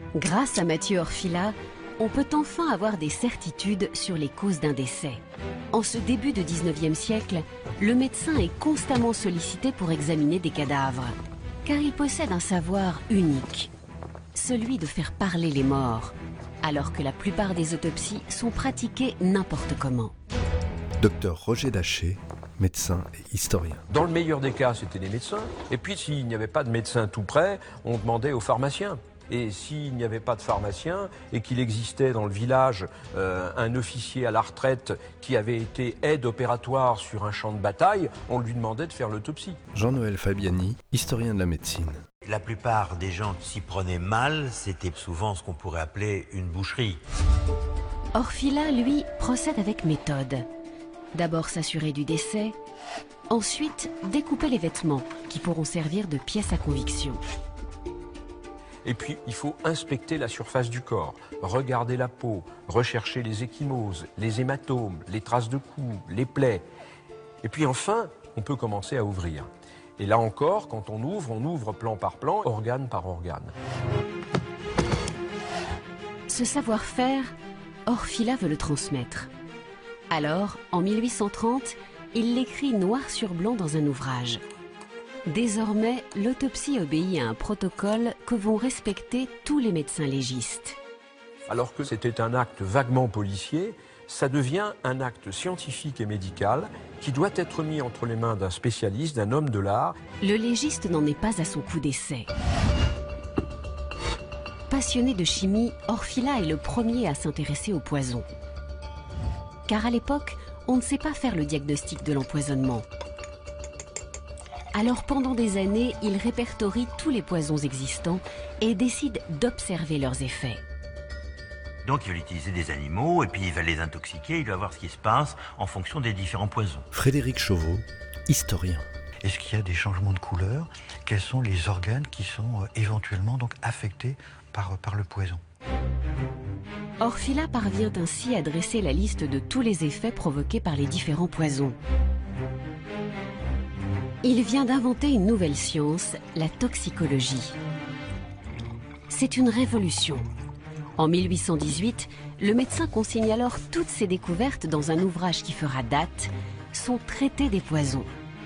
Grâce à Mathieu Orfila, on peut enfin avoir des certitudes sur les causes d'un décès. En ce début de 19e siècle, le médecin est constamment sollicité pour examiner des cadavres, car il possède un savoir unique, celui de faire parler les morts, alors que la plupart des autopsies sont pratiquées n'importe comment. Docteur Roger Daché, médecin et historien. Dans le meilleur des cas, c'était les médecins. Et puis, s'il n'y avait pas de médecin tout près, on demandait aux pharmaciens. Et s'il n'y avait pas de pharmacien et qu'il existait dans le village un officier à la retraite qui avait été aide opératoire sur un champ de bataille, on lui demandait de faire l'autopsie. Jean-Noël Fabiani, historien de la médecine. La plupart des gens qui s'y prenaient mal, c'était souvent ce qu'on pourrait appeler une boucherie. Orfila, lui, procède avec méthode. D'abord s'assurer du décès, ensuite découper les vêtements qui pourront servir de pièces à conviction. Et puis, il faut inspecter la surface du corps, regarder la peau, rechercher les ecchymoses, les hématomes, les traces de coups, les plaies. Et puis enfin, on peut commencer à ouvrir. Et là encore, quand on ouvre plan par plan, organe par organe. Ce savoir-faire, Orfila veut le transmettre. Alors, en 1830, il l'écrit noir sur blanc dans un ouvrage. Désormais, l'autopsie obéit à un protocole que vont respecter tous les médecins légistes. Alors que c'était un acte vaguement policier, ça devient un acte scientifique et médical qui doit être mis entre les mains d'un spécialiste, d'un homme de l'art. Le légiste n'en est pas à son coup d'essai. Passionné de chimie, Orfila est le premier à s'intéresser au poison. Car à l'époque, on ne sait pas faire le diagnostic de l'empoisonnement. Alors pendant des années, il répertorie tous les poisons existants et décide d'observer leurs effets. Donc il va utiliser des animaux et puis il va les intoxiquer, il va voir ce qui se passe en fonction des différents poisons. Frédéric Chauveau, historien. Est-ce qu'il y a des changements de couleur? Quels sont les organes qui sont éventuellement donc affectés par le poison? Orfila parvient ainsi à dresser la liste de tous les effets provoqués par les différents poisons. Il vient d'inventer une nouvelle science, la toxicologie. C'est une révolution. En 1818, le médecin consigne alors toutes ses découvertes dans un ouvrage qui fera date, son traité des poisons.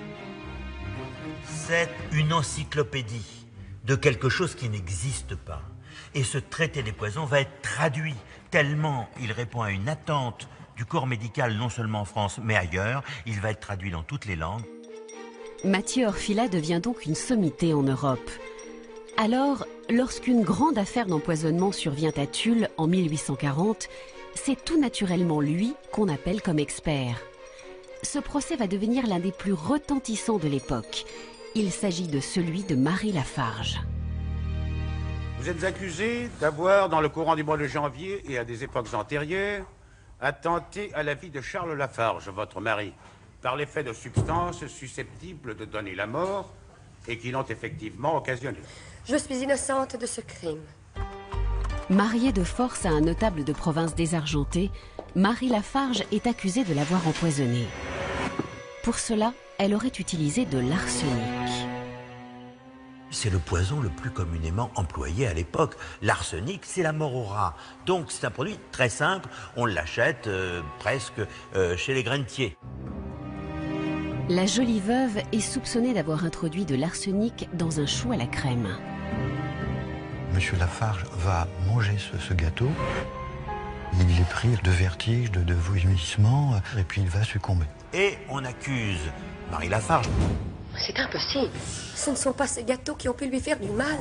C'est une encyclopédie de quelque chose qui n'existe pas. Et ce traité des poisons va être traduit tellement il répond à une attente du corps médical, non seulement en France, mais ailleurs. Il va être traduit dans toutes les langues. Mathieu Orfila devient donc une sommité en Europe. Alors, lorsqu'une grande affaire d'empoisonnement survient à Tulle en 1840, c'est tout naturellement lui qu'on appelle comme expert. Ce procès va devenir l'un des plus retentissants de l'époque. Il s'agit de celui de Marie Lafarge. Vous êtes accusé d'avoir, dans le courant du mois de janvier et à des époques antérieures, attenté à la vie de Charles Lafarge, votre mari, par l'effet de substances susceptibles de donner la mort et qui l'ont effectivement occasionné. Je suis innocente de ce crime. Mariée de force à un notable de province désargentée, Marie Lafarge est accusée de l'avoir empoisonné. Pour cela, elle aurait utilisé de l'arsenic. C'est le poison le plus communément employé à l'époque. L'arsenic, c'est la mort au rat. Donc c'est un produit très simple, on l'achète presque chez les grainetiers. La jolie veuve est soupçonnée d'avoir introduit de l'arsenic dans un chou à la crème. Monsieur Lafarge va manger ce gâteau. Il est pris de vertige, de vomissements, et puis il va succomber. Et on accuse Marie Lafarge. C'est impossible. Ce ne sont pas ces gâteaux qui ont pu lui faire du mal.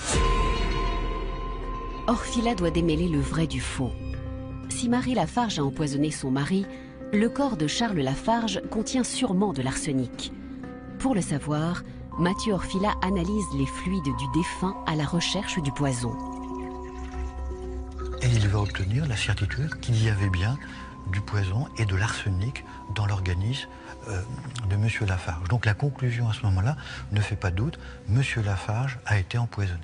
Orfila doit démêler le vrai du faux. Si Marie Lafarge a empoisonné son mari, le corps de Charles Lafarge contient sûrement de l'arsenic. Pour le savoir, Mathieu Orfila analyse les fluides du défunt à la recherche du poison. Et il va obtenir la certitude qu'il y avait bien du poison et de l'arsenic dans l'organisme de Monsieur Lafarge. Donc la conclusion à ce moment-là ne fait pas doute, Monsieur Lafarge a été empoisonné.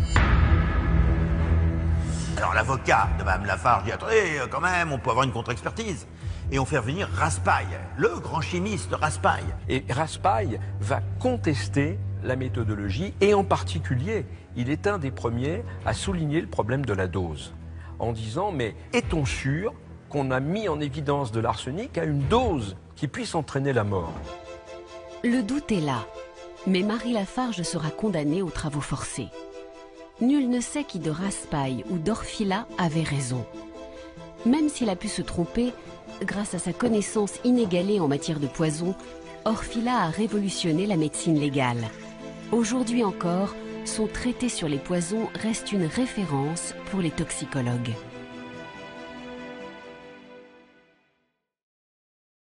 Alors l'avocat de Mme Lafarge dit « Attendez, quand même, on peut avoir une contre-expertise ». Et on fait revenir Raspail, le grand chimiste Raspail. Et Raspail va contester la méthodologie et en particulier, il est un des premiers à souligner le problème de la dose en disant « mais est-on sûr qu'on a mis en évidence de l'arsenic à une dose qui puisse entraîner la mort ?» Le doute est là, mais Marie Lafarge sera condamnée aux travaux forcés. Nul ne sait qui de Raspail ou d'Orfila avait raison. Même s'il a pu se tromper, grâce à sa connaissance inégalée en matière de poison, Orfila a révolutionné la médecine légale. Aujourd'hui encore, son traité sur les poisons reste une référence pour les toxicologues.